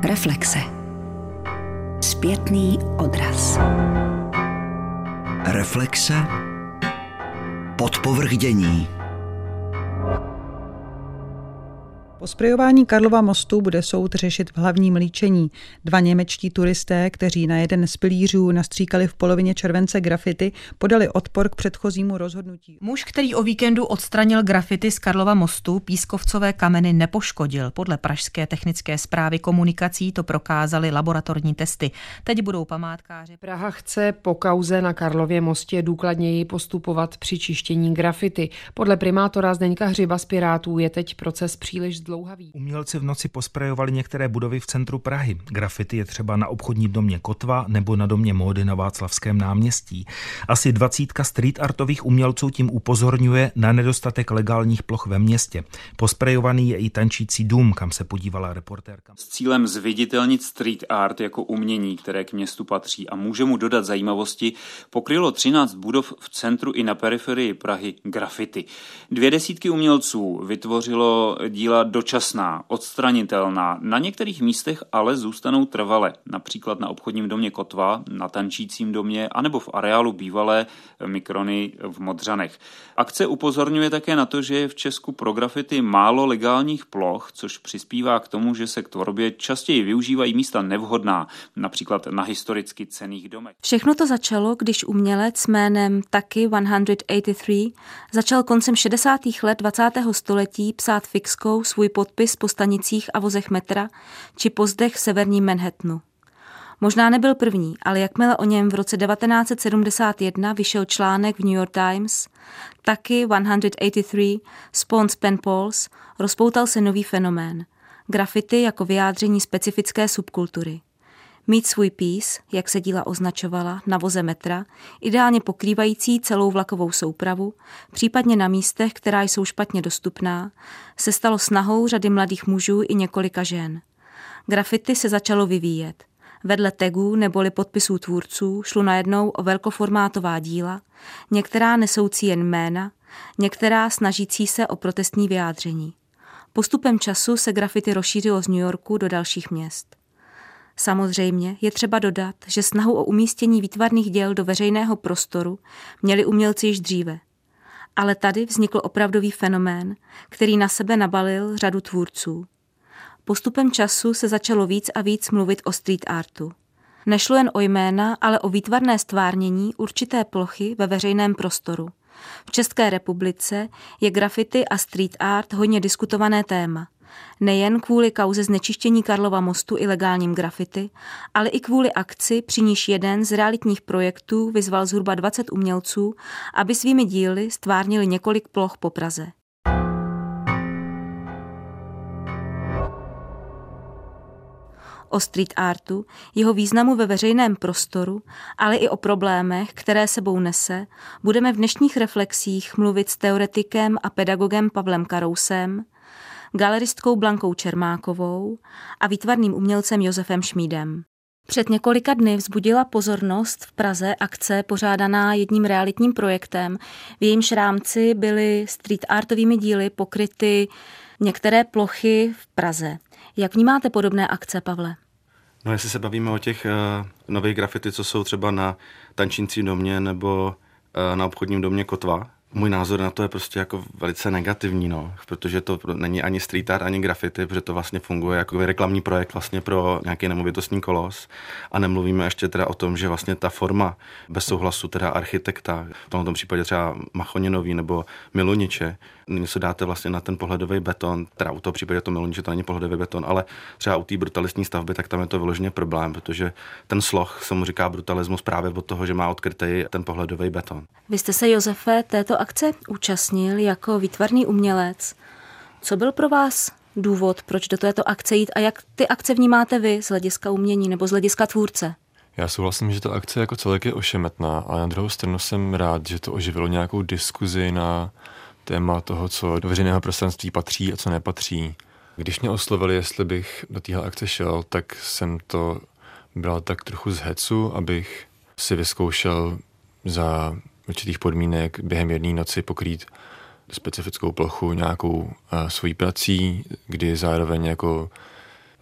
Reflexe. Zpětný odraz. Reflexe. Podpovrchdění. Po sprejování Karlova mostu bude soud řešit v hlavním líčení. 2 němečtí turisté, kteří na jeden z pilířů nastříkali v polovině července grafity, podali odpor k předchozímu rozhodnutí. Muž, který o víkendu odstranil grafity z Karlova mostu, pískovcové kameny nepoškodil. Podle pražské technické správy komunikací to prokázaly laboratorní testy. Teď budou památkáři. Praha chce po kauze na Karlově mostě důkladněji postupovat při čištění grafity. Podle primátora Zdeňka Hřiba z Pirátů je teď proces příliš zdlouhavý. Umělci v noci posprejovali některé budovy v centru Prahy. Grafity je třeba na obchodním domě Kotva nebo na domě módy na Václavském náměstí. Asi 20 street artových umělců tím upozorňuje na nedostatek legálních ploch ve městě. Posprejovaný je i tančící dům, kam se podívala reportérka. S cílem zviditelnit street art jako umění, které k městu patří a může mu dodat zajímavosti, pokrylo 13 budov v centru i na periferii Prahy grafity. 20 umělců vytvořilo díla dočasná, odstranitelná, na některých místech ale zůstanou trvale, například na obchodním domě Kotva, na tančícím domě anebo v areálu bývalé Mikrony v Modřanech. Akce upozorňuje také na to, že je v Česku pro grafity málo legálních ploch, což přispívá k tomu, že se k tvorbě častěji využívají místa nevhodná, například na historicky cenných domech. Všechno to začalo, když umělec jménem Taki 183 začal koncem 60. let 20. století psát fixkou svůj podpis po stanicích a vozech metra či pozdech v severním Manhattanu. Možná nebyl první, ale jakmile o něm v roce 1971 vyšel článek v New York Times, Taki 183 Spawns Pen Pals, rozpoutal se nový fenomén. Grafity jako vyjádření specifické subkultury. Mít svůj pís, jak se díla označovala, na voze metra, ideálně pokrývající celou vlakovou soupravu, případně na místech, která jsou špatně dostupná, se stalo snahou řady mladých mužů i několika žen. Grafity se začalo vyvíjet. Vedle tagů neboli podpisů tvůrců šlo najednou o velkoformátová díla, některá nesoucí jen jména, některá snažící se o protestní vyjádření. Postupem času se grafity rozšířilo z New Yorku do dalších měst. Samozřejmě je třeba dodat, že snahu o umístění výtvarných děl do veřejného prostoru měli umělci již dříve. Ale tady vznikl opravdový fenomén, který na sebe nabalil řadu tvůrců. Postupem času se začalo víc a víc mluvit o street artu. Nešlo jen o jména, ale o výtvarné stvárnění určité plochy ve veřejném prostoru. V České republice je graffiti a street art hodně diskutované téma. Nejen kvůli kauze znečištění Karlova mostu ilegálním graffiti, ale i kvůli akci, při níž jeden z realitních projektů vyzval zhruba 20 umělců, aby svými díly stvárnili několik ploch po Praze. O street artu, jeho významu ve veřejném prostoru, ale i o problémech, které sebou nese, budeme v dnešních reflexích mluvit s teoretikem a pedagogem Pavlem Karousem, galeristkou Blankou Čermákovou a výtvarným umělcem Josefem Šmídem. Před několika dny vzbudila pozornost v Praze akce pořádaná jedním realitním projektem. V jejímž rámci byly street artovými díly pokryty některé plochy v Praze. Jak vnímáte podobné akce, Pavle? No, jestli se bavíme o těch nových grafity, co jsou třeba na tančícím domě nebo na obchodním domě Kotva, můj názor na to je prostě jako velice negativní, no, protože to není ani street art, ani graffiti, protože to vlastně funguje jako reklamní projekt vlastně pro nějaký nemovitostní kolos. A nemluvíme ještě teda o tom, že vlastně ta forma bez souhlasu teda architekta, v tomto případě třeba Machoninový nebo Miluniče, něco dáte vlastně na ten pohledový beton, teda u toho případě to Miluniče to není pohledový beton, ale třeba u té brutalistní stavby, tak tam je to vyloženě problém, protože ten sloh se mu říká brutalismus právě od toho, že má odkrytý ten pohledový beton. Vy jste se, Josefe, této akce účastnil jako výtvarný umělec. Co byl pro vás důvod, proč do této akce jít a jak ty akce vnímáte vy z hlediska umění nebo z hlediska tvůrce? Já souhlasím, že ta akce jako celek je ošemetná, ale na druhou stranu jsem rád, že to oživilo nějakou diskuzi na téma toho, co do veřejného prostranství patří a co nepatří. Když mě oslovili, jestli bych do téhle akce šel, tak jsem to bral tak trochu z hecu, abych si vyzkoušel za určitých podmínek během jedné noci pokrýt specifickou plochu nějakou svojí prací, kdy zároveň jako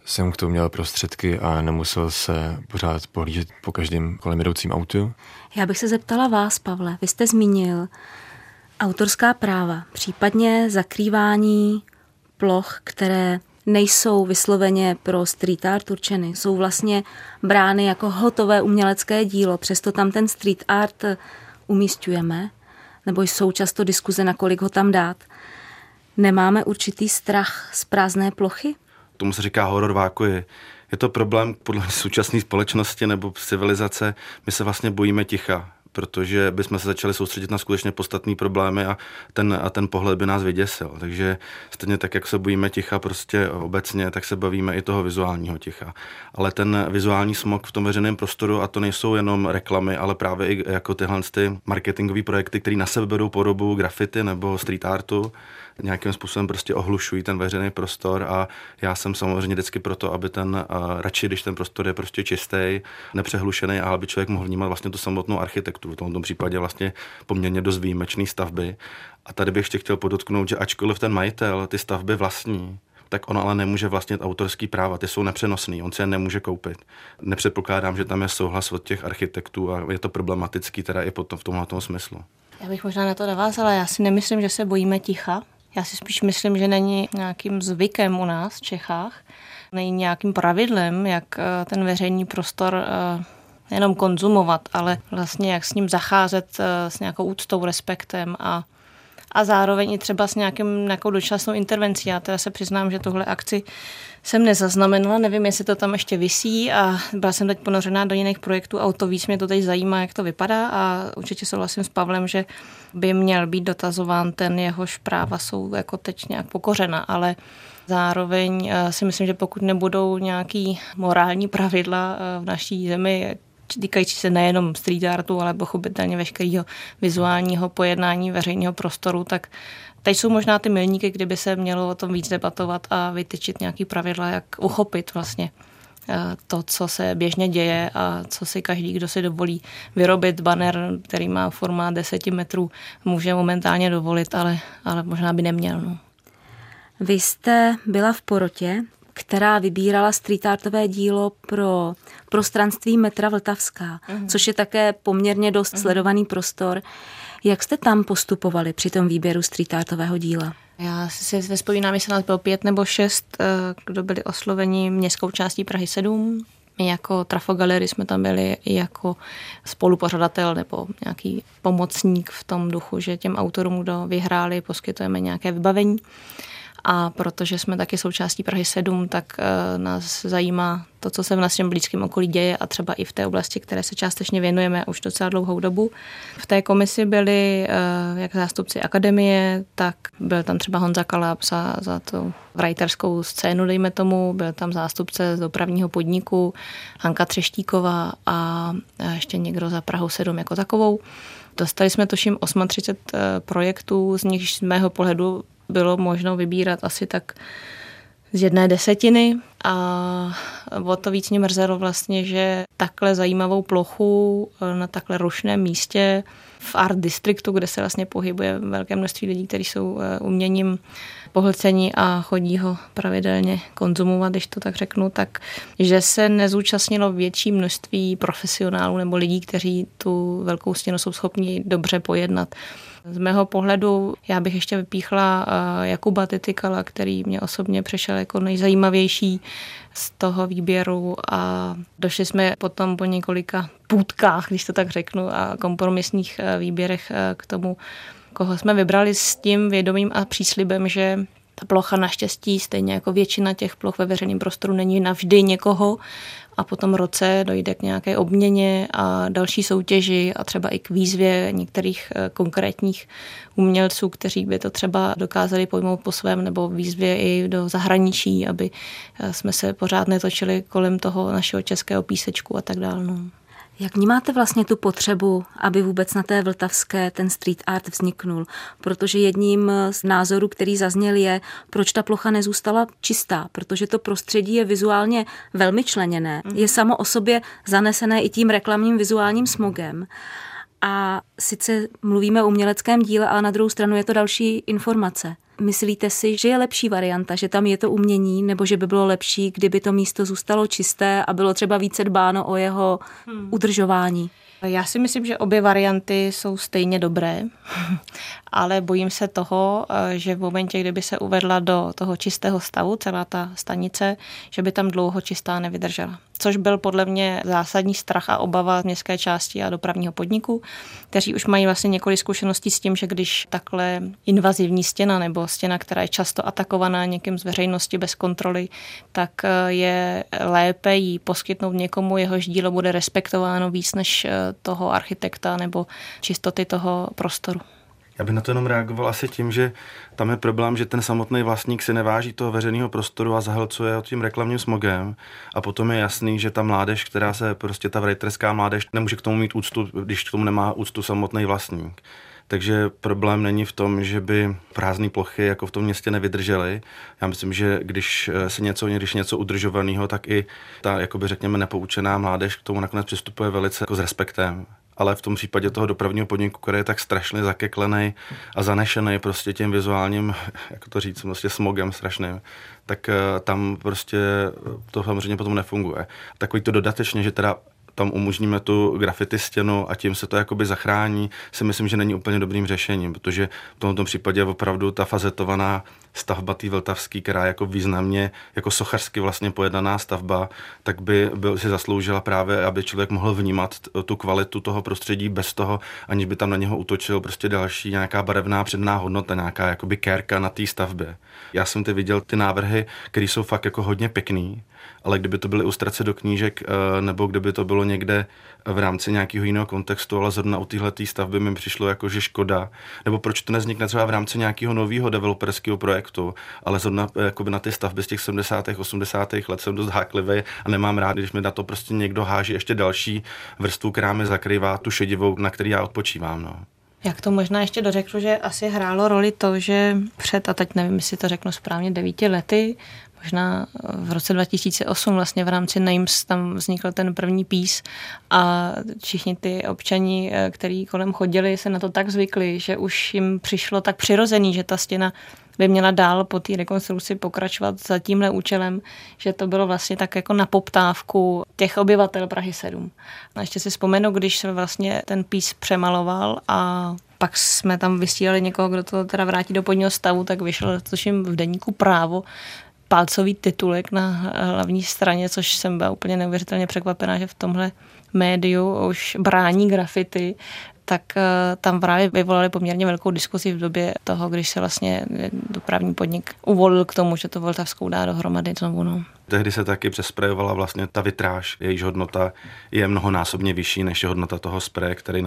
jsem k tomu měl prostředky a nemusel se pořád pohlížet po každém kolem jedoucím autu. Já bych se zeptala vás, Pavle. Vy jste zmínil autorská práva, případně zakrývání ploch, které nejsou vysloveně pro street art určeny. Jsou vlastně brány jako hotové umělecké dílo, přesto tam ten street art umísťujeme, nebo jsou často diskuze, nakolik ho tam dát. Nemáme určitý strach z prázdné plochy? Tomu se říká horor vákuji. Je to problém podle současné společnosti nebo civilizace. My se vlastně bojíme ticha, protože bychom se začali soustředit na skutečně podstatné problémy a ten pohled by nás vyděsil. Takže stejně tak, jak se bojíme ticha prostě obecně, tak se bavíme i toho vizuálního ticha. Ale ten vizuální smog v tom veřejném prostoru, a to nejsou jenom reklamy, ale právě i jako tyhle marketingové projekty, které na sebe berou podobu graffiti nebo street artu, nějakým způsobem prostě ohlušují ten veřejný prostor a já jsem samozřejmě vždycky proto, aby radši, když ten prostor je prostě čistý, nepřehlušený, a aby člověk mohl vnímat vlastně tu samotnou architekturu. V tomto případě vlastně poměrně dost výjimečné stavby. A tady bych ještě chtěl podotknout, že ačkoliv ten majitel ty stavby vlastní, tak on ale nemůže vlastnit autorský práva, ty jsou nepřenosný, on si je nemůže koupit. Nepředpokládám, že tam je souhlas od těch architektů a je to problematický teda i potom v tomhle smyslu. Já bych možná na to navázala, já si nemyslím, že se bojíme ticha. Já si spíš myslím, že není nějakým zvykem u nás v Čechách, není nějakým pravidlem, jak ten veřejný prostor nejenom konzumovat, ale vlastně jak s ním zacházet s nějakou úctou, respektem a zároveň i třeba s nějakou dočasnou intervencí. Já teda se přiznám, že tuhle akci jsem nezaznamenala, nevím, jestli to tam ještě visí a byla jsem teď ponořená do jiných projektů a o to víc mě to teď zajímá, jak to vypadá a určitě souhlasím s Pavlem, že by měl být dotazován ten, jehož práva jsou jako teď nějak pokořena, ale zároveň si myslím, že pokud nebudou nějaký morální pravidla v naší zemi, týkající se nejenom street artu, ale pochopitelně veškerého vizuálního pojednání veřejného prostoru, tak teď jsou možná ty milníky, kdyby se mělo o tom víc debatovat a vytyčit nějaký pravidla, jak uchopit vlastně to, co se běžně děje a co si každý, kdo si dovolí vyrobit banner, který má formát 10 metrů, může momentálně dovolit, ale možná by neměl. No. Vy jste byla v porotě, která vybírala street artové dílo pro prostranství metra Vltavská, což je také poměrně dost sledovaný prostor. Jak jste tam postupovali při tom výběru street artového díla? Já si vzpomínám, jestli nás bylo 5 nebo 6, kdo byli osloveni městskou částí Prahy 7. My jako Trafogalery jsme tam byli i jako spolupořadatel nebo nějaký pomocník v tom duchu, že těm autorům, kdo vyhráli, poskytujeme nějaké vybavení. A protože jsme taky součástí Prahy 7, tak nás zajímá to, co se v našem blízkém okolí děje a třeba i v té oblasti, které se částečně věnujeme už docela dlouhou dobu. V té komisi byli jak zástupci akademie, tak byl tam třeba Honza Kalab za tu writerskou scénu, dejme tomu, byl tam zástupce z dopravního podniku, Hanka Třeštíková a ještě někdo za Prahu 7 jako takovou. Dostali jsme tuším 38 projektů, z nich z mého pohledu bylo možno vybírat asi tak z 1/10 a o to víc mě mrzelo vlastně, že takhle zajímavou plochu na takhle rušném místě v Art Districtu, kde se vlastně pohybuje velké množství lidí, kteří jsou uměním pohlcení a chodí ho pravidelně konzumovat, když to tak řeknu, tak že se nezúčastnilo větší množství profesionálů nebo lidí, kteří tu velkou stěnu jsou schopni dobře pojednat. Z mého pohledu já bych ještě vypíchla Jakuba Titykala, který mě osobně přišel jako nejzajímavější z toho výběru a došli jsme potom po několika půtkách, když to tak řeknu, a kompromisních výběrech k tomu, koho jsme vybrali s tím vědomím a příslibem, že ta plocha naštěstí, stejně jako většina těch ploch ve veřejném prostoru, není navždy někoho a po tom roce dojde k nějaké obměně a další soutěži a třeba i k výzvě některých konkrétních umělců, kteří by to třeba dokázali pojmout po svém, nebo výzvě i do zahraničí, aby jsme se pořád netočili kolem toho našeho českého písečku a tak dále. No. Jak vnímáte vlastně tu potřebu, aby vůbec na té Vltavské ten street art vzniknul? Protože jedním z názorů, který zazněl, je, proč ta plocha nezůstala čistá, protože to prostředí je vizuálně velmi členěné, je samo o sobě zanesené i tím reklamním vizuálním smogem. A sice mluvíme o uměleckém díle, ale na druhou stranu je to další informace. Myslíte si, že je lepší varianta, že tam je to umění, nebo že by bylo lepší, kdyby to místo zůstalo čisté a bylo třeba více dbáno o jeho udržování? Já si myslím, že obě varianty jsou stejně dobré, ale bojím se toho, že v momentě, kdyby se uvedla do toho čistého stavu celá ta stanice, že by tam dlouho čistá nevydržela. Což byl podle mě zásadní strach a obava městské části a dopravního podniku, kteří už mají vlastně několik zkušeností s tím, že když takhle invazivní stěna nebo stěna, která je často atakovaná někým z veřejnosti bez kontroly, tak je lépe jí poskytnout někomu, jehož dílo bude respektováno víc než toho architekta nebo čistoty toho prostoru. Já bych na to jenom reagoval asi tím, že tam je problém, že ten samotný vlastník si neváží toho veřejného prostoru a zahlcuje ho tím reklamním smogem a potom je jasný, že ta mládež, která se prostě ta writerská mládež nemůže k tomu mít úctu, když k tomu nemá úctu samotný vlastník. Takže problém není v tom, že by prázdné plochy jako v tom městě nevydržely. Já myslím, že když něco udržovaného, tak i ta, jakoby řekněme, nepoučená mládež k tomu nakonec přistupuje velice jako s respektem. Ale v tom případě toho dopravního podniku, který je tak strašně zakeklený a zanešený prostě tím vizuálním, jako to říct, prostě smogem strašným, tak tam prostě to samozřejmě potom nefunguje. Takový to dodatečně, že teda tam umožníme tu graffiti stěnu a tím se to jakoby zachrání, si myslím, že není úplně dobrým řešením, protože v tomto případě opravdu ta fazetovaná stavba té vltavský, která jako významně jako sochařsky vlastně pojednaná stavba, tak by si zasloužila právě, aby člověk mohl vnímat tu kvalitu toho prostředí bez toho, aniž by tam na něho útočil prostě další nějaká barevná předná hodnota, nějaká jakoby kérka na té stavbě. Já jsem viděl ty návrhy, které jsou fakt jako hodně pěkný, ale kdyby to byly ilustrace do knížek, nebo kdyby to bylo někde v rámci nějakého jiného kontextu, ale zrovna u téhletý stavby mi přišlo jako, že škoda, nebo proč to nevznikne třeba v rámci nějakého nového developerského projektu, ale zrovna jakoby na ty stavby z těch 70. 80. let jsem dost háklivý a nemám rád, když mi na to prostě někdo háží ještě další vrstvu, která mi zakrývá tu šedivou, na který já odpočívám. No. Jak to možná ještě dořeknu, že asi hrálo roli to, že před, a teď nevím, jestli to řeknu správně, 9 lety, možná v roce 2008 vlastně v rámci Names tam vznikl ten první pís a všichni ty občani, kteří kolem chodili, se na to tak zvykli, že už jim přišlo tak přirozený, že ta stěna by měla dál po té rekonstrukci pokračovat za tímhle účelem, že to bylo vlastně tak jako na poptávku těch obyvatel Prahy 7. A ještě si vzpomenu, když se vlastně ten pís přemaloval a pak jsme tam vysílali někoho, kdo to teda vrátí do původního stavu, tak vyšel tuším v deníku Právo pálcový titulek na hlavní straně, což jsem byla úplně neuvěřitelně překvapená, že v tomhle médiu už brání graffiti, tak tam právě vyvolali poměrně velkou diskusi v době toho, když se vlastně dopravní podnik uvolil k tomu, že to Vltavskou dá dohromady znovu. No. Tehdy se taky přesprejovala vlastně ta vitráž, jejíž hodnota je mnohonásobně vyšší než je hodnota toho spreje, který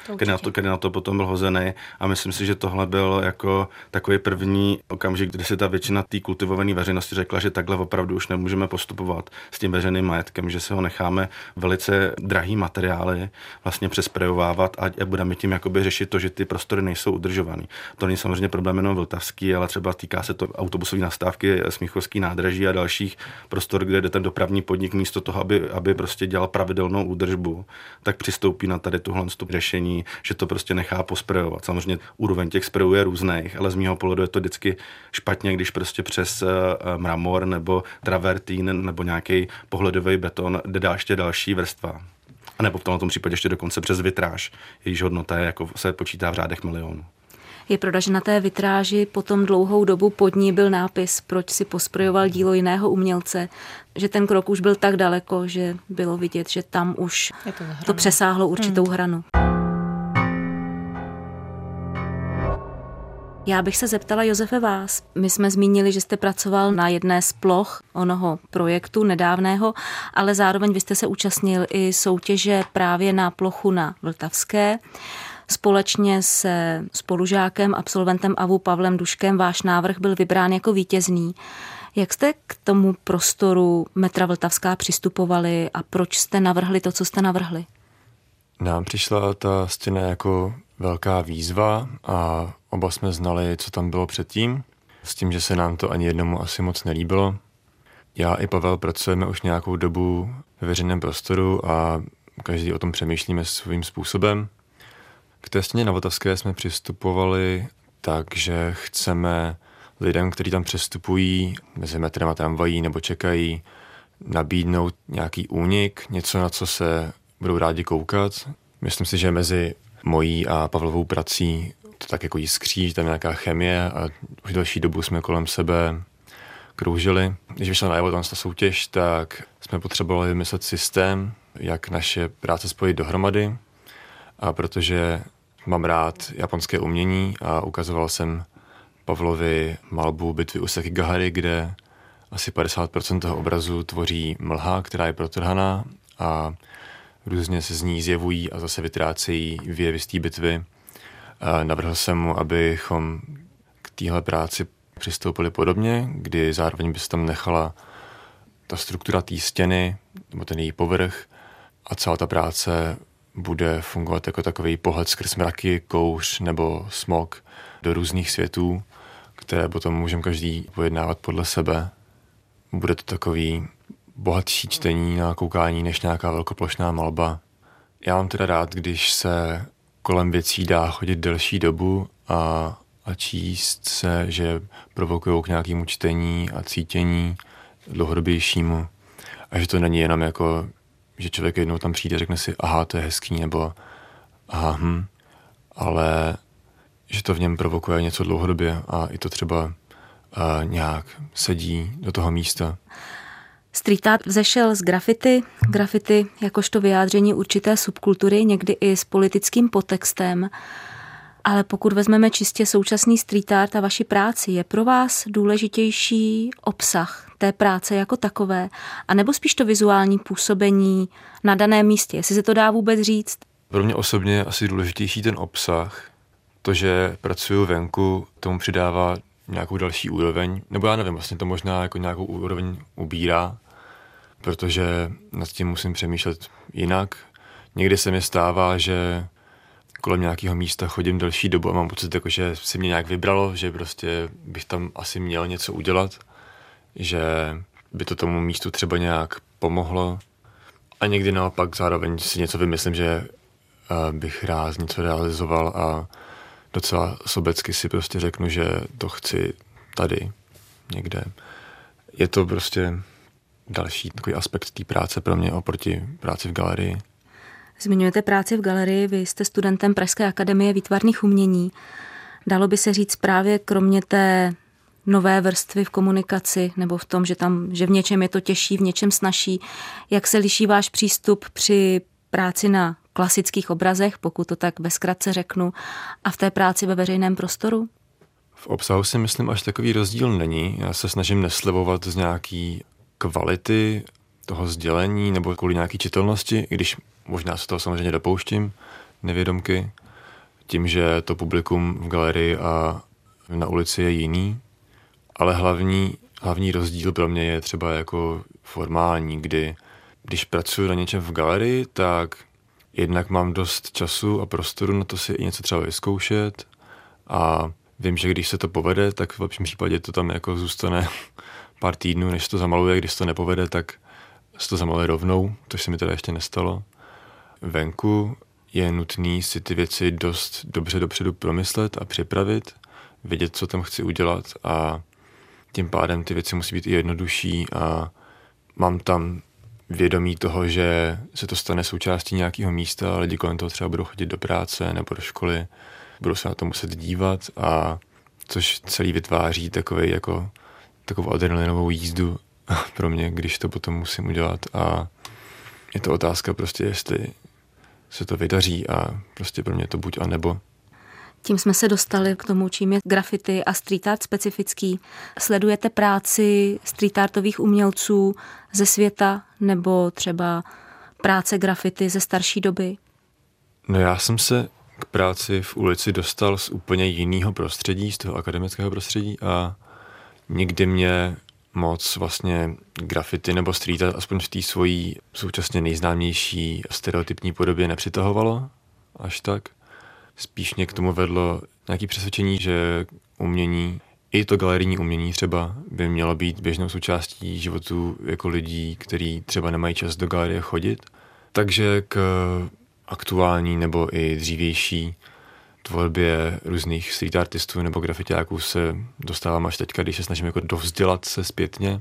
na to potom byl hozený. A myslím si, že tohle byl jako takový první okamžik, kdy si ta většina té kultivované veřejnosti řekla, že takhle opravdu už nemůžeme postupovat s tím veřejným majetkem, že se ho necháme velice drahý materiály vlastně přesprejovávat a budeme tím jakoby řešit to, že ty prostory nejsou udržovaný. To není samozřejmě problém jenom vltavský, ale třeba týká se to autobusové nastávky, Smíchovský nádraží a dalších prostor, kde jde ten dopravní podnik místo toho, aby prostě dělal pravidelnou údržbu, tak přistoupí na tady tuhle řešení, že to prostě nechá posprejovat. Samozřejmě úroveň těch sprejů je různých, ale z mého pohledu je to vždycky špatně, když prostě přes mramor nebo travertín nebo nějaký pohledový beton jde ještě další vrstva. A nebo v tomto případě ještě dokonce přes vitráž, jejíž hodnota je, jako se počítá v řádech milionů. Je pravda, že na té vitráži potom dlouhou dobu pod ní byl nápis, proč si posprejoval dílo jiného umělce, že ten krok už byl tak daleko, že bylo vidět, že tam už to přesáhlo určitou hranu. Já bych se zeptala, Josefe, vás. My jsme zmínili, že jste pracoval na jedné z ploch onoho projektu nedávného, ale zároveň vy jste se účastnil i soutěže právě na plochu na Vltavské. Společně se spolužákem, absolventem AVU Pavlem Duškem váš návrh byl vybrán jako vítězný. Jak jste k tomu prostoru metra Vltavská přistupovali a proč jste navrhli to, co jste navrhli? Nám přišla ta stěna jako velká výzva a oba jsme znali, co tam bylo předtím, s tím, že se nám to ani jednomu asi moc nelíbilo. Já i Pavel pracujeme už nějakou dobu ve veřejném prostoru a každý o tom přemýšlíme svým způsobem. K té stěně na Vltavské jsme přistupovali tak, že chceme lidem, kteří tam přestupují mezi metrem a tramvají nebo čekají, nabídnout nějaký únik, něco, na co se budou rádi koukat. Myslím si, že mezi mojí a Pavlovou prací to tak jako jiskří, tam je nějaká chemie a už delší dobu jsme kolem sebe kroužili. Když vyšla najevo ta soutěž, tak jsme potřebovali vymyslet systém, jak naše práce spojit dohromady. A protože mám rád japonské umění a ukazoval jsem Pavlovi malbu Bitvy u Sekigahary, kde asi 50% toho obrazu tvoří mlha, která je protrhaná a různě se z ní zjevují a zase vytrácejí výjevy z té bitvy. A navrhl jsem mu, abychom k téhle práci přistoupili podobně, kdy zároveň by se tam nechala ta struktura té stěny, nebo ten její povrch a celá ta práce bude fungovat jako takový pohled skrz mraky, kouř nebo smog do různých světů, které potom můžeme každý pojednávat podle sebe. Bude to takový bohatší čtení na koukání než nějaká velkoplošná malba. Já mám teda rád, když se kolem věcí dá chodit delší dobu a číst se, že provokují k nějakému čtení a cítění dlouhodobějšímu. A že to není jenom jako, že člověk jednou tam přijde a řekne si, aha, to je hezký, nebo aha, ale že to v něm provokuje něco dlouhodobě a i to třeba nějak sedí do toho místa. Street art vzešel z graffiti. Graffiti jakožto vyjádření určité subkultury, někdy i s politickým podtextem. Ale pokud vezmeme čistě současný street art a vaši práci, je pro vás důležitější obsah té práce jako takové, anebo spíš to vizuální působení na daném místě, jestli se to dá vůbec říct? Pro mě osobně je asi důležitější ten obsah. To, že pracuju venku, tomu přidává nějakou další úroveň, nebo já nevím, vlastně to možná jako nějakou úroveň ubírá, protože nad tím musím přemýšlet jinak. Někdy se mi stává, že kolem nějakého místa chodím delší dobu a mám pocit, jako, že si mě nějak vybralo, že prostě bych tam asi měl něco udělat, že by to tomu místu třeba nějak pomohlo. A někdy naopak zároveň si něco vymyslím, že bych rád něco realizoval a docela sobecky si prostě řeknu, že to chci tady, někde. Je to prostě další takový aspekt té práce pro mě oproti práci v galerii. Zmiňujete práci v galerii, vy jste studentem Pražské akademie výtvarných umění. Dalo by se říct právě kromě té nové vrstvy v komunikaci nebo v tom, že v něčem je to těžší, v něčem snazší. Jak se liší váš přístup při práci na klasických obrazech, pokud to tak ve zkratce řeknu, a v té práci ve veřejném prostoru? V obsahu si myslím, až takový rozdíl není. Já se snažím neslevovat z nějaký kvality toho sdělení nebo kvůli nějaký čitelnosti, i když možná se toho samozřejmě dopouštím, nevědomky, tím, že to publikum v galerii a na ulici je jiný. Ale hlavní rozdíl pro mě je třeba jako formální, kdy když pracuji na něčem v galerii, tak jednak mám dost času a prostoru na to si něco třeba vyzkoušet a vím, že když se to povede, tak v lepším případě to tam jako zůstane pár týdnů, než to zamaluje. Když se to nepovede, tak se to zamaluje rovnou, což se mi teda ještě nestalo. Venku je nutný si ty věci dost dobře dopředu promyslet a připravit, vědět, co tam chci udělat a tím pádem ty věci musí být i jednodušší a mám tam vědomí toho, že se to stane součástí nějakého místa a lidi kolem toho třeba budou chodit do práce nebo do školy, budou se na to muset dívat a což celý vytváří takovou adrenalinovou jízdu pro mě, když to potom musím udělat a je to otázka prostě, jestli se to vydaří a prostě pro mě to buď a nebo. Tím jsme se dostali k tomu, čím je graffiti a street art specifický. Sledujete práci street artových umělců ze světa nebo třeba práce graffiti ze starší doby? No já jsem se k práci v ulici dostal z úplně jiného prostředí, z toho akademického prostředí a nikdy mě moc vlastně graffiti nebo street art, aspoň v té svojí současně nejznámější stereotypní podobě nepřitahovalo až tak. Spíš mě k tomu vedlo nějaké přesvědčení, že umění, i to galerijní umění třeba, by mělo být běžnou součástí životu jako lidí, kteří třeba nemají čas do galerie chodit. Takže k aktuální nebo i dřívější tvorbě různých street artistů nebo grafitáků se dostávám až teďka, když se snažím jako dovzdělat se zpětně.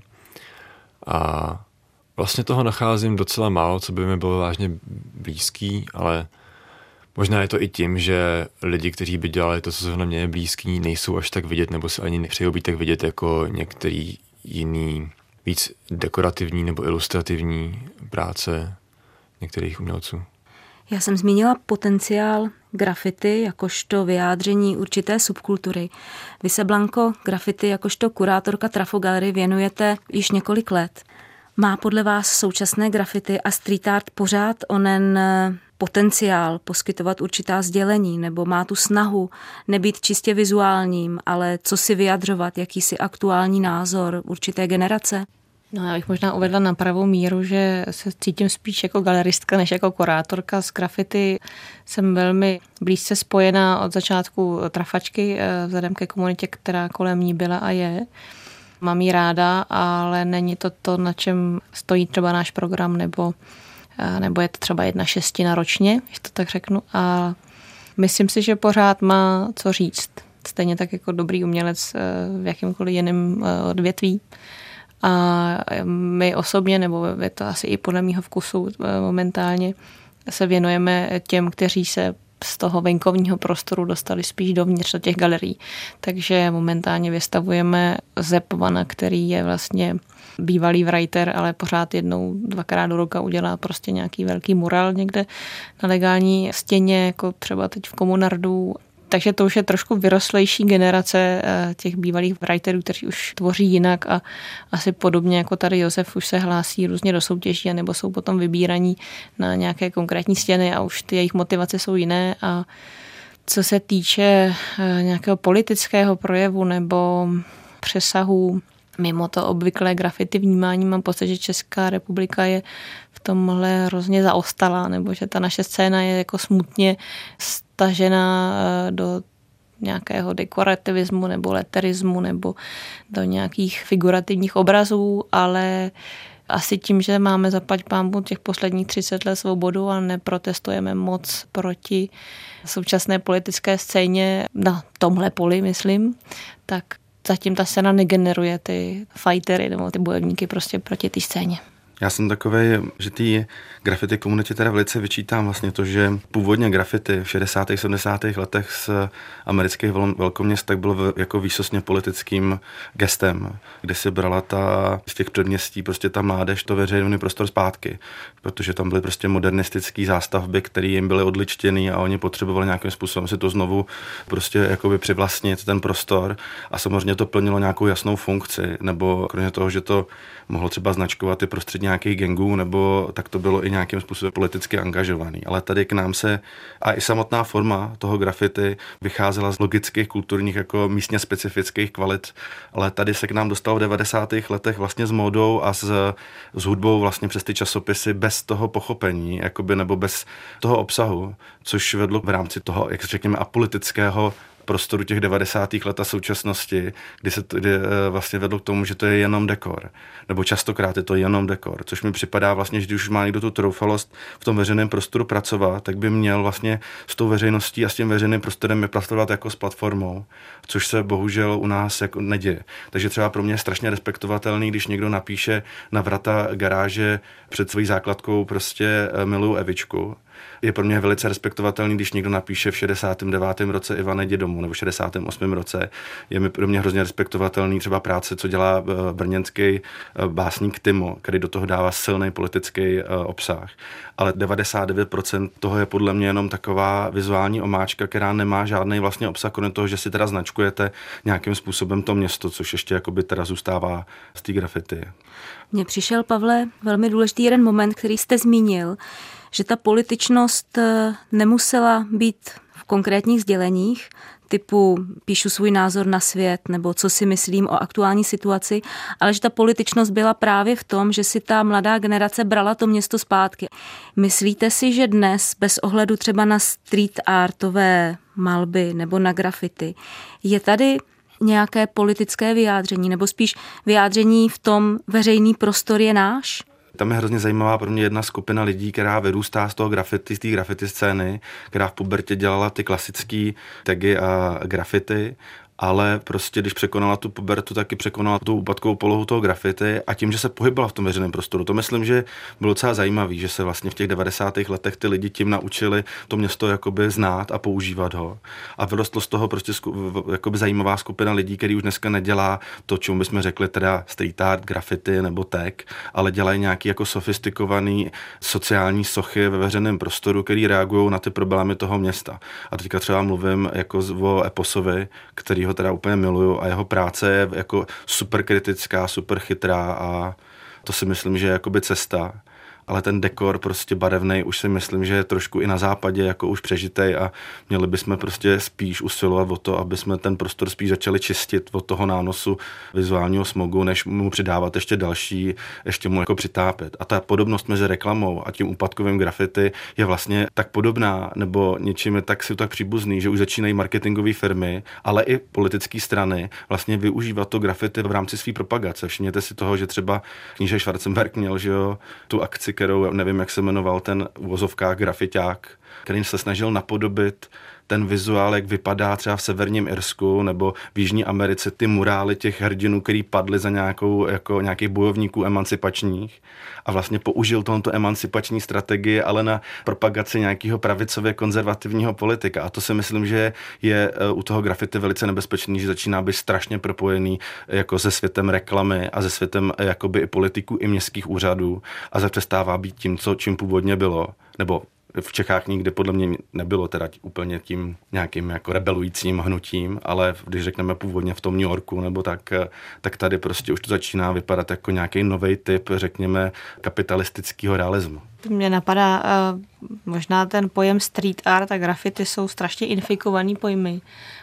A vlastně toho nacházím docela málo, co by mi bylo vážně blízký, ale možná je to i tím, že lidi, kteří by dělali to, co zrovna mě je blízký, nejsou až tak vidět, nebo se ani nepřejou být tak vidět jako některý jiný, víc dekorativní nebo ilustrativní práce některých umělců. Já jsem zmínila potenciál grafity jakožto vyjádření určité subkultury. Vy se, Blanko, grafity jakožto kurátorka Trafo Gallery věnujete již několik let. Má podle vás současné grafity a street art pořád onen potenciál poskytovat určitá sdělení, nebo má tu snahu nebýt čistě vizuálním, ale co si vyjadřovat, jakýsi aktuální názor určité generace? No, já bych možná uvedla na pravou míru, že se cítím spíš jako galeristka, než jako kurátorka. S grafity jsem velmi blízce spojená od začátku trafačky, vzhledem ke komunitě, která kolem ní byla a je. Mám ji ráda, ale není to to, na čem stojí třeba náš program, nebo je to třeba 1/6 ročně, když to tak řeknu. A myslím si, že pořád má co říct. Stejně tak jako dobrý umělec v jakýmkoliv jiném odvětví. A my osobně, nebo je to asi i podle mýho vkusu momentálně, se věnujeme těm, kteří se z toho venkovního prostoru dostali spíš dovnitř do těch galerií. Takže momentálně vystavujeme Zepvana, který je vlastně bývalý writer, ale pořád 1-2krát do roka udělá prostě nějaký velký mural někde na legální stěně, jako třeba teď v Komunardu. Takže to už je trošku vyrostlejší generace těch bývalých writerů, kteří už tvoří jinak a asi podobně jako tady Josef už se hlásí různě do soutěží nebo jsou potom vybíraní na nějaké konkrétní stěny a už ty jejich motivace jsou jiné. A co se týče nějakého politického projevu nebo přesahu mimo to obvyklé graffiti vnímání, mám pocit, že Česká republika je v tomhle hrozně zaostalá, nebo že ta naše scéna je jako smutně stažená do nějakého dekorativismu nebo letterismu nebo do nějakých figurativních obrazů, ale asi tím, že máme zaplať pánbůh těch posledních 30 let svobodu a neprotestujeme moc proti současné politické scéně na tomhle poli, myslím, tak zatím ta scéna negeneruje ty fightery nebo ty bojovníky prostě proti té scéně. Já jsem takovej, že té graffiti komunitě teda velice vyčítám vlastně to, že původně graffiti v 60. 70. letech z amerických velkoměst tak bylo jako výsostně politickým gestem, kde si brala z těch předměstí prostě ta mládež to veřejný prostor zpátky, protože tam byly prostě modernistické zástavby, které jim byly odličtěny a oni potřebovali nějakým způsobem si to znovu prostě jakoby přivlastnit ten prostor a samozřejmě to plnilo nějakou jasnou funkci, nebo kromě toho, že to mohlo třeba značkovat i prostředí nějakých gangů, nebo tak to bylo i nějakým způsobem politicky angažovaný. Ale tady k nám se, a i samotná forma toho graffiti vycházela z logických, kulturních, jako místně specifických kvalit, ale tady se k nám dostalo v 90. letech vlastně s módou a s hudbou vlastně přes ty časopisy bez toho pochopení, jakoby, nebo bez toho obsahu, což vedlo v rámci toho, jak řekněme, apolitického prostoru těch 90. let a současnosti, kdy vlastně vedlo k tomu, že to je jenom dekor. Nebo častokrát je to jenom dekor, což mi připadá vlastně, že když už má někdo tu troufalost v tom veřejném prostoru pracovat, tak by měl vlastně s tou veřejností a s tím veřejným prostorem je pracovat jako s platformou, což se bohužel u nás jako neděje. Takže třeba pro mě je strašně respektovatelný, když někdo napíše na vrata garáže před svojí základkou prostě miluju Evičku. Je pro mě velice respektovatelný, když někdo napíše v 69. roce Ivane jdi domů, nebo v 68. roce. Je mi pro mě hrozně respektovatelný třeba práce, co dělá brněnský básník Timo, který do toho dává silný politický obsah. Ale 99% toho je podle mě jenom taková vizuální omáčka, která nemá žádný vlastně obsah, kromě toho, že si teda značkujete nějakým způsobem to město, což ještě jakoby teda zůstává z té graffiti. Mně přišel, Pavle, velmi důležitý jeden moment, který jste zmínil, že ta političnost nemusela být v konkrétních sděleních, typu píšu svůj názor na svět nebo co si myslím o aktuální situaci, ale že ta političnost byla právě v tom, že si ta mladá generace brala to město zpátky. Myslíte si, že dnes, bez ohledu třeba na street artové malby nebo na graffiti, je tady nějaké politické vyjádření, nebo spíš vyjádření v tom veřejný prostor je náš? Tam je hrozně zajímavá pro mě jedna skupina lidí, která vyrůstá z toho graffiti, z té graffiti scény, která v pubertě dělala ty klasické tagy a graffiti, ale prostě když překonala tu pubertu, taky překonala tu úpadkovou polohu toho graffiti a tím, že se pohybovala v tom veřejném prostoru. To myslím, že bylo docela zajímavý, že se vlastně v těch 90. letech ty lidi tím naučili to město jakoby znát a používat ho. A vyrostlo z toho prostě jakoby zajímavá skupina lidí, který už dneska nedělá to, čemu bychom řekli teda street art, graffiti nebo tag, ale dělají nějaký jako sofistikovaný sociální sochy ve veřejném prostoru, který reagují na ty problémy toho města. A teďka třeba mluvím jako o Eposovi, který ho teda úplně miluju a jeho práce je jako super kritická, super chytrá a to si myslím, že je jakoby cesta. Ale ten dekor prostě barevnej už si myslím, že je trošku i na západě jako už přežitej a měli bychom prostě spíš usilovat o to, aby jsme ten prostor spíš začali čistit od toho nánosu vizuálního smogu, než mu přidávat ještě další, ještě mu jako přitápět. A ta podobnost mezi reklamou a tím úpadkovým graffiti je vlastně tak podobná, nebo něčím je tak příbuzný, že už začínají marketingové firmy, ale i politické strany vlastně využívat to graffiti v rámci své propagace. Všimněte si toho, že třeba kníže Schwarzenberg měl, že jo, tu akci, kterou nevím, jak se jmenoval ten v uvozovkách grafiťák, který se snažil napodobit ten vizuál, jak vypadá třeba v severním Irsku nebo v Jižní Americe, ty murály těch hrdinů, který padly za nějakých bojovníků emancipačních a vlastně použil tohoto emancipační strategii, ale na propagaci nějakého pravicově konzervativního politika. A to si myslím, že je u toho graffiti velice nebezpečný, že začíná být strašně propojený jako se světem reklamy a se světem jakoby i politiků, i městských úřadů a přestává být tím, čím původně bylo, nebo v Čechách nikdy podle mě nebylo teda úplně tím nějakým jako rebelujícím hnutím, ale když řekneme původně v tom New Yorku nebo tak tady prostě už to začíná vypadat jako nějaký nový typ, řekněme, kapitalistického realismu. Mně napadá, možná ten pojem street art a graffiti jsou strašně infikovaný pojmy.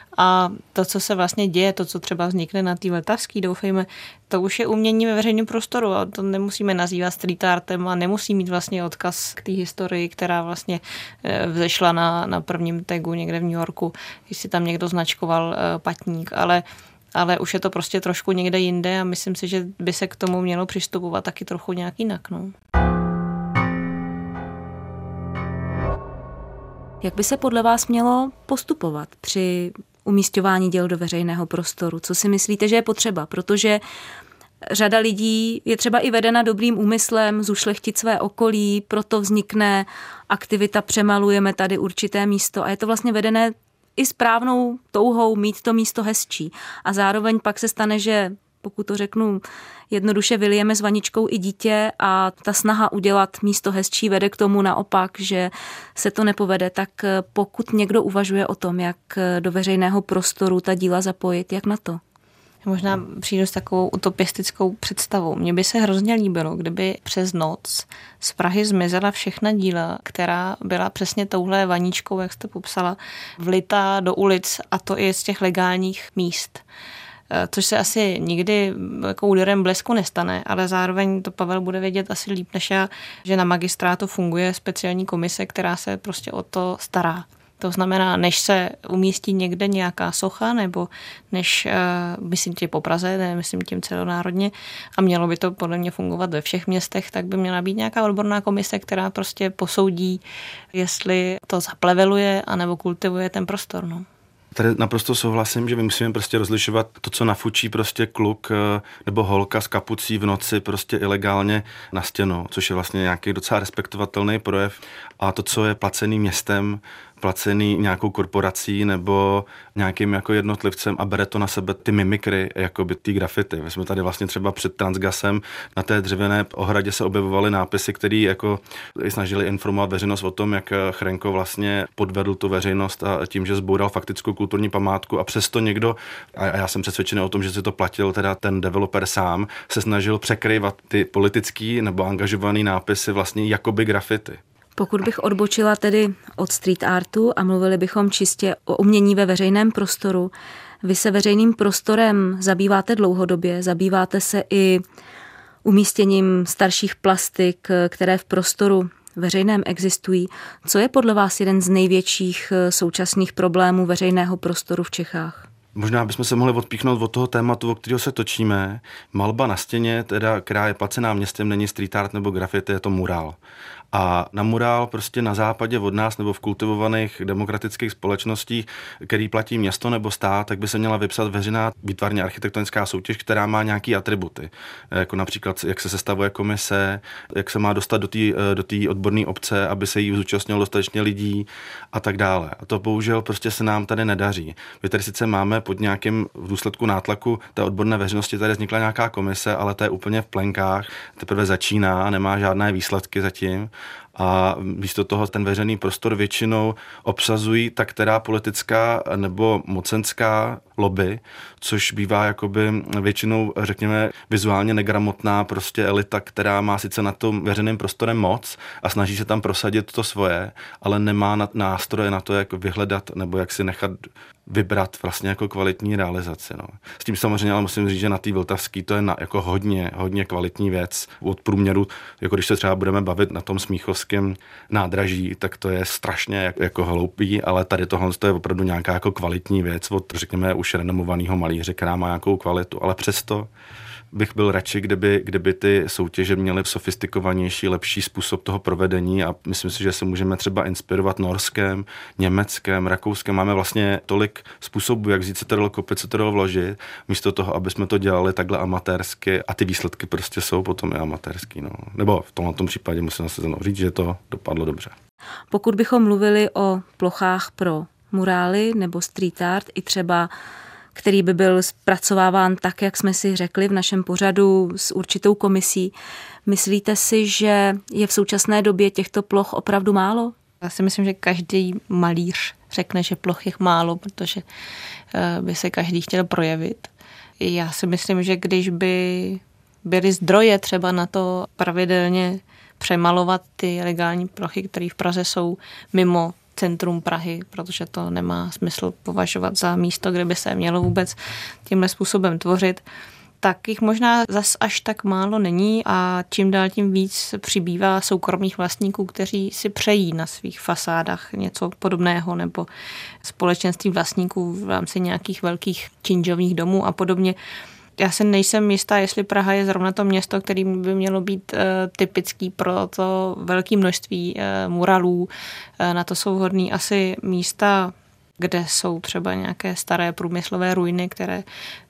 A to, co se vlastně děje, to, co třeba vznikne na té Vltavské, doufejme, to už je umění ve veřejném prostoru a to nemusíme nazývat street artem a nemusí mít vlastně odkaz k té historii, která vlastně vzešla na prvním tagu někde v New Yorku, když si tam někdo značkoval patník, ale už je to prostě trošku někde jinde a myslím si, že by se k tomu mělo přistupovat taky trochu nějak jinak. No. Jak by se podle vás mělo postupovat při umísťování děl do veřejného prostoru? Co si myslíte, že je potřeba? Protože řada lidí je třeba i vedena dobrým úmyslem zušlechtit své okolí, proto vznikne aktivita Přemalujeme tady určité místo a je to vlastně vedené i správnou touhou mít to místo hezčí. A zároveň pak se stane, že pokud to řeknu jednoduše, vylijeme s vaničkou i dítě a ta snaha udělat místo hezčí vede k tomu naopak, že se to nepovede, tak pokud někdo uvažuje o tom, jak do veřejného prostoru ta díla zapojit, jak na to? Možná přijdu s takovou utopistickou představou. Mně by se hrozně líbilo, kdyby přes noc z Prahy zmizela všechna díla, která byla přesně touhle vaničkou, jak jste popsala, vlitá do ulic a to i z těch legálních míst. Což se asi nikdy jako úderem blesku nestane, ale zároveň to Pavel bude vědět asi líp než já, že na magistrátu funguje speciální komise, která se prostě o to stará. To znamená, než se umístí někde nějaká socha, nebo než, myslím tím po Praze, ne, myslím tím celonárodně, a mělo by to podle mě fungovat ve všech městech, tak by měla být nějaká odborná komise, která prostě posoudí, jestli to zapleveluje, anebo kultivuje ten prostor. No. Tady naprosto souhlasím, že my musíme prostě rozlišovat to, co nafučí prostě kluk nebo holka s kapucí v noci prostě ilegálně na stěnu, což je vlastně nějaký docela respektovatelný projev, a to, co je placený městem, placený nějakou korporací nebo nějakým jako jednotlivcem a bere to na sebe ty mimikry, jakoby ty grafity. My jsme tady vlastně třeba před Transgasem na té dřevěné ohradě se objevovaly nápisy, které jako snažili informovat veřejnost o tom, jak Chrenko vlastně podvedl tu veřejnost a tím, že zboural faktickou kulturní památku, a přesto někdo, a já jsem přesvědčený o tom, že si to platil teda ten developer sám, se snažil překrývat ty politický nebo angažovaný nápisy vlastně jakoby grafity. Pokud bych odbočila tedy od street artu a mluvili bychom čistě o umění ve veřejném prostoru, vy se veřejným prostorem zabýváte dlouhodobě, zabýváte se i umístěním starších plastik, které v prostoru veřejném existují. Co je podle vás jeden z největších současných problémů veřejného prostoru v Čechách? Možná bychom se mohli odpíchnout od toho tématu, o kterého se točíme. Malba na stěně, teda, která je placená městem, není street art nebo graffiti, je to murál. A na murál prostě na západě od nás nebo v kultivovaných demokratických společností, který platí město nebo stát, tak by se měla vypsat veřejná výtvarně architektonická soutěž, která má nějaký atributy. Jako například, jak se sestavuje komise, jak se má dostat do té odborné obce, aby se jí zúčastnilo dostatečně lidí a tak dále. A to bohužel prostě se nám tady nedaří. My tady sice máme pod nějakým v důsledku nátlaku té odborné veřejnosti, tady vznikla nějaká komise, ale to je úplně v plenkách, teprve začíná, nemá žádné výsledky zatím. A místo toho ten veřejný prostor většinou obsazují ta která politická nebo mocenská lobby, což bývá jakoby většinou, řekněme, vizuálně negramotná prostě elita, která má sice nad tím veřejným prostorem moc a snaží se tam prosadit to svoje, ale nemá nástroje na to, jak vyhledat nebo jak si nechat vybrat vlastně jako kvalitní realizaci. No. S tím samozřejmě ale musím říct, že na té Vltavský to je jako hodně kvalitní věc od průměru, jako když se třeba budeme bavit na tom smíchovském nádraží, tak to je strašně jako hloupý, ale tady tohle je opravdu nějaká jako kvalitní věc od, řekněme, už renomovaného malíře, která má nějakou kvalitu, ale přesto bych byl radši, kdyby ty soutěže měly sofistikovanější, lepší způsob toho provedení a myslím si, že se můžeme třeba inspirovat Norskem, Německém, Rakouskem. Máme vlastně tolik způsobů, jak vzít se to dalo kopit, se to dalo vložit, místo toho, aby jsme to dělali takhle amatérsky a ty výsledky prostě jsou potom i amatérský. No. Nebo v tomhle případě musím se říct, že to dopadlo dobře. Pokud bychom mluvili o plochách pro murály nebo street art, i třeba který by byl zpracováván tak, jak jsme si řekli v našem pořadu s určitou komisí. Myslíte si, že je v současné době těchto ploch opravdu málo? Já si myslím, že každý malíř řekne, že ploch je málo, protože by se každý chtěl projevit. Já si myslím, že když by byly zdroje třeba na to pravidelně přemalovat ty legální plochy, které v Praze jsou mimo centrum Prahy, protože to nemá smysl považovat za místo, kde by se mělo vůbec tímhle způsobem tvořit, tak jich možná zas až tak málo není a čím dál tím víc přibývá soukromých vlastníků, kteří si přejí na svých fasádách něco podobného nebo společenství vlastníků v rámci nějakých velkých činžových domů a podobně. Já si nejsem jistá, jestli Praha je zrovna to město, který by mělo být typický pro to velké množství muralů. Na to jsou vhodný asi místa, kde jsou třeba nějaké staré průmyslové ruiny, které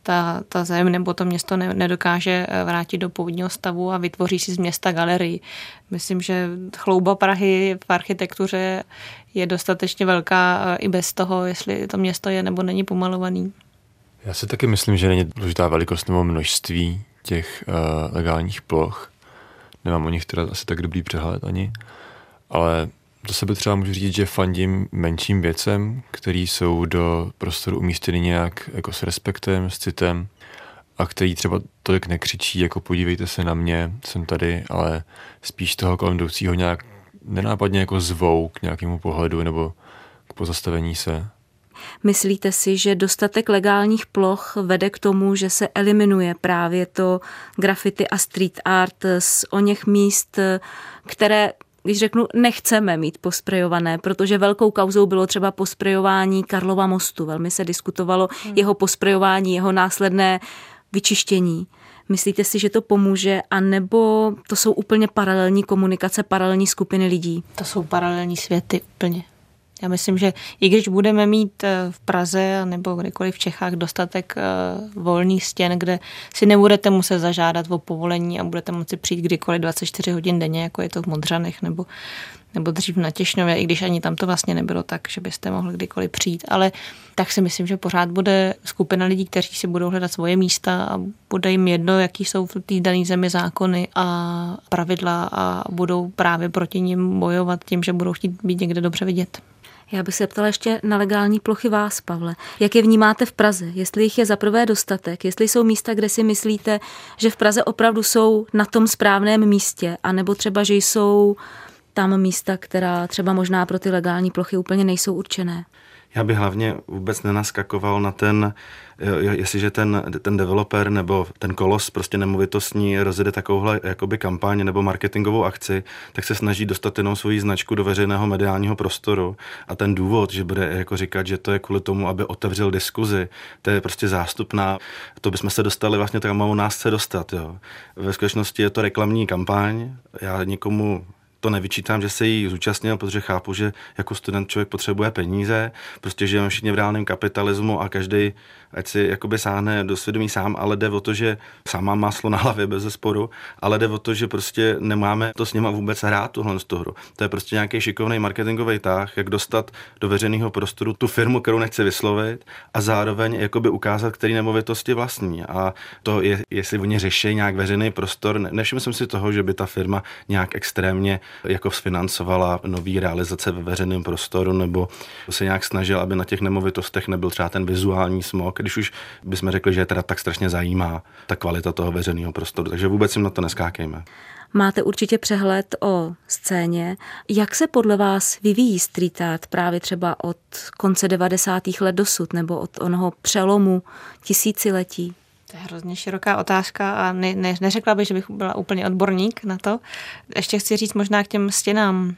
ta zem nebo to město nedokáže vrátit do původního stavu a vytvoří si z města galerii. Myslím, že chlouba Prahy v architektuře je dostatečně velká i bez toho, jestli to město je nebo není pomalovaný. Já si taky myslím, že není důležitá velikost nebo množství těch legálních ploch. Nemám o nich teda asi tak dobrý přehled ani, ale do sebe třeba můžu říct, že fandím menším věcem, které jsou do prostoru umístěny nějak jako s respektem, s citem a který třeba tolik nekřičí, jako podívejte se na mě, jsem tady, ale spíš toho kolem jdoucího nějak nenápadně jako zvou k nějakému pohledu nebo k pozastavení se. Myslíte si, že dostatek legálních ploch vede k tomu, že se eliminuje právě to graffiti a street art z oněch míst, které, když řeknu, nechceme mít posprejované, protože velkou kauzou bylo třeba posprejování Karlova mostu. Velmi se diskutovalo jeho posprejování, jeho následné vyčištění. Myslíte si, že to pomůže, anebo to jsou úplně paralelní komunikace, paralelní skupiny lidí? To jsou paralelní světy úplně. Já myslím, že i když budeme mít v Praze nebo kdekoliv v Čechách dostatek volných stěn, kde si nebudete muset zažádat o povolení a budete moci přijít kdykoliv 24 hodin denně, jako je to v Modřanech nebo dřív na Těšnově, i když ani tam to vlastně nebylo tak, že byste mohli kdykoliv přijít. Ale tak si myslím, že pořád bude skupina lidí, kteří si budou hledat svoje místa a bude jim jedno, jaký jsou v té dané zemi zákony a pravidla a budou právě proti nim bojovat tím, že budou chtít být někde dobře vidět. Já bych se ptala ještě na legální plochy vás, Pavle. Jak je vnímáte v Praze? Jestli jich je za prvé dostatek, jestli jsou místa, kde si myslíte, že v Praze opravdu jsou na tom správném místě, anebo třeba, že jsou tam místa, která třeba možná pro ty legální plochy úplně nejsou určené? Já bych hlavně vůbec nenaskakoval na ten, jestliže ten developer nebo ten kolos prostě nemovitostní rozjede takovouhle jakoby kampaň nebo marketingovou akci, tak se snaží dostat jenom svoji značku do veřejného mediálního prostoru. A ten důvod, že bude jako říkat, že to je kvůli tomu, aby otevřel diskuzi, to je prostě zástupná. To bychom se dostali vlastně, tak u nás chce dostat. Jo. Ve skutečnosti je to reklamní kampaň. Já nikomu to nevyčítám, že se jí zúčastnil, protože chápu, že jako student člověk potřebuje peníze, prostě žijeme všichni v reálném kapitalismu a každý ať si jakoby sáhne do svědomí sám, ale jde o to, že sám má máslo na hlavě bezesporu, ale jde o to, že prostě nemáme to s nima vůbec hrát tuhle hru. To je prostě nějaký šikovný marketingový tah, jak dostat do veřejného prostoru tu firmu, kterou nechci vyslovit a zároveň jakoby ukázat, který nemovitosti vlastní. A to je, jestli oni řeší nějak veřejný prostor, nevšiml jsem si toho, že by ta firma nějak extrémně jako sfinancovala nový realizace ve veřejném prostoru nebo se nějak snažil, aby na těch nemovitostech nebyl třeba ten vizuální smog, když už bychom řekli, že je teda tak strašně zajímá ta kvalita toho veřejného prostoru. Takže vůbec jim na to neskákejme. Máte určitě přehled o scéně. Jak se podle vás vyvíjí street art právě třeba od konce 90. let dosud nebo od onoho přelomu tisíciletí? To je hrozně široká otázka a neřekla bych, že bych byla úplně odborník na to. Ještě chci říct možná k těm stěnám.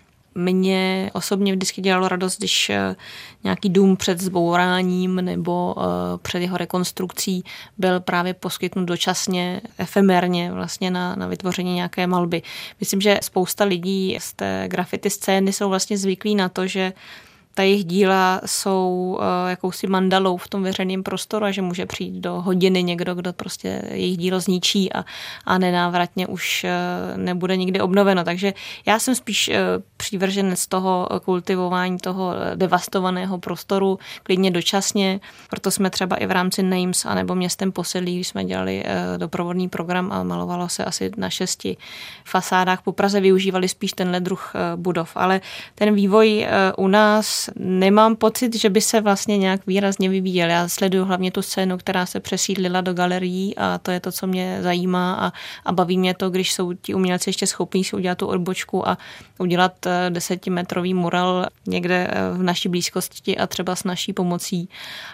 Mně osobně vždycky dělalo radost, když nějaký dům před zbouráním nebo před jeho rekonstrukcí byl právě poskytnut dočasně, efemérně vlastně na vytvoření nějaké malby. Myslím, že spousta lidí z té graffiti scény jsou vlastně zvyklí na to, že ta jejich díla jsou jakousi mandalou v tom veřejném prostoru a že může přijít do hodiny někdo, kdo prostě jejich dílo zničí a nenávratně už nebude nikdy obnoveno. Takže já jsem spíš přívrženec z toho kultivování toho devastovaného prostoru, klidně dočasně. Proto jsme třeba i v rámci Names anebo Městem posedlí, když jsme dělali doprovodný program a malovalo se asi na 6 fasádách po Praze, využívali spíš tenhle druh budov. Ale ten vývoj u nás nemám pocit, že by se vlastně nějak výrazně vyvíjel. Já sleduju hlavně tu scénu, která se přesídlila do galerií a to je to, co mě zajímá a baví mě to, když jsou ti umělci ještě schopní si udělat tu odbočku a udělat 10metrový mural někde v naší blízkosti a třeba s naší pomocí.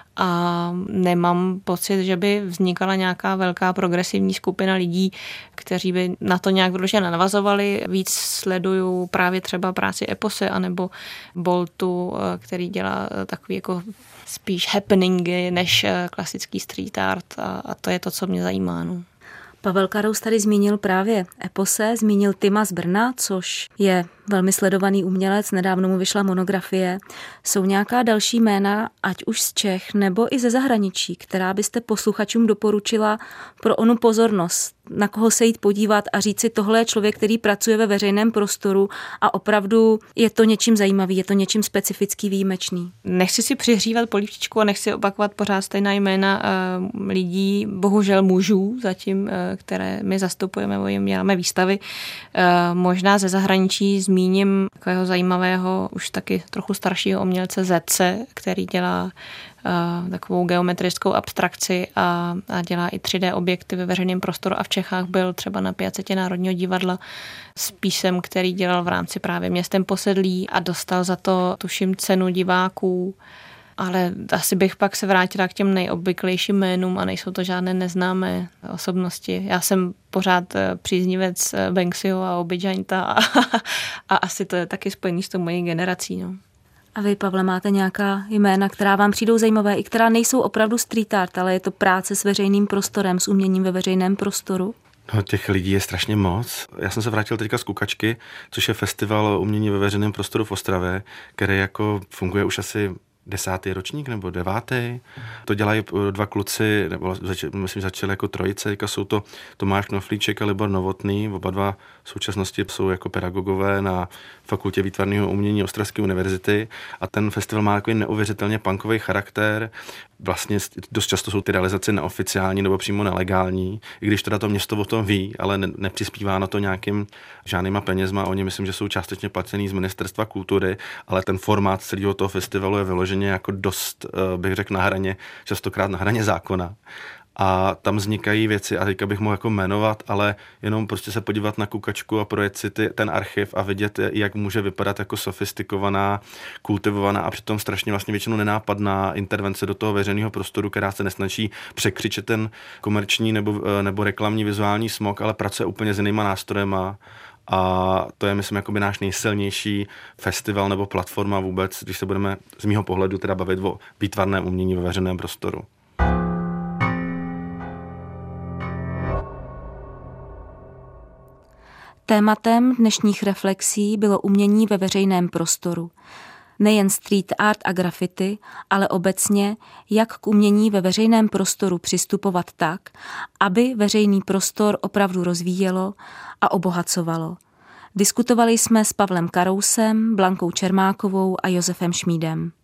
A nemám pocit, že by vznikala nějaká velká progresivní skupina lidí, kteří by na to nějak vyloženě navazovali. Víc sleduju právě třeba práci Epose anebo Boltu, který dělá takový jako spíš happeningy než klasický street art a to je to, co mě zajímá. No. Pavel Karous tady zmínil právě Epose, zmínil Tima z Brna, což je velmi sledovaný umělec, nedávno mu vyšla monografie. Jsou nějaká další jména, ať už z Čech nebo i ze zahraničí, která byste posluchačům doporučila pro onu pozornost, na koho se jít podívat a říct si, tohle je člověk, který pracuje ve veřejném prostoru a opravdu je to něčím zajímavý, je to něčím specifický, výjimečný. Nechci si přihřívat polívčičku a nechci opakovat pořád stejná jména lidí, bohužel mužů zatím, které my zastupujeme, nebo jim děláme výstavy. Možná ze zahraničí zmíním takového zajímavého, už taky trochu staršího umělce Zetce, který dělá takovou geometrickou abstrakci a dělá i 3D objekty ve veřejném prostoru a v Čechách byl třeba na Piacetě Národního divadla s písem, který dělal v rámci právě Městem posedlí a dostal za to, tuším, cenu diváků. Ale asi bych pak se vrátila k těm nejobvyklejším jménům a nejsou to žádné neznámé osobnosti. Já jsem pořád příznivec Banksyho a Obijainta a asi to je taky spojený s tou mojí generací. No. A vy, Pavle, máte nějaká jména, která vám přijdou zajímavé, i která nejsou opravdu street art, ale je to práce s veřejným prostorem, s uměním ve veřejném prostoru? No, těch lidí je strašně moc. Já jsem se vrátil teďka z Kukačky, což je festival umění ve veřejném prostoru v Ostravě, který jako funguje už asi 10. ročník nebo 9. To dělají 2 kluci, nebo myslím, začali jako trojice, teďka jsou to Tomáš Knoflíček a Libor Novotný, oba dva v současnosti jsou jako pedagogové na Fakultě výtvarného umění Ostravské univerzity a ten festival má takový neuvěřitelně punkový charakter. Vlastně dost často jsou ty realizace neoficiální nebo přímo nelegální, i když teda to město o tom ví, ale nepřispívá na to nějakým žádnýma penězma. Oni myslím, že jsou částečně placený z Ministerstva kultury, ale ten formát celého toho festivalu je vyloženě jako dost, bych řekl, častokrát na hraně zákona. a tam vznikají věci a teďka bych mohl jako jmenovat, ale jenom prostě se podívat na kukačku a projet si ten archiv a vidět, jak může vypadat jako sofistikovaná, kultivovaná a přitom strašně vlastně většinou nenápadná intervence do toho veřejného prostoru, která se nesnaží překřičet ten komerční nebo reklamní vizuální smog, ale pracuje úplně s jinýma nástrojema. A to je, myslím, jakoby náš nejsilnější festival nebo platforma vůbec, když se budeme z mýho pohledu teda bavit o výtvarném umění ve veřejném prostoru. Tématem dnešních reflexí bylo umění ve veřejném prostoru. Nejen street art a graffiti, ale obecně, jak k umění ve veřejném prostoru přistupovat tak, aby veřejný prostor opravdu rozvíjelo a obohacovalo. Diskutovali jsme s Pavlem Karousem, Blankou Čermákovou a Josefem Šmídem.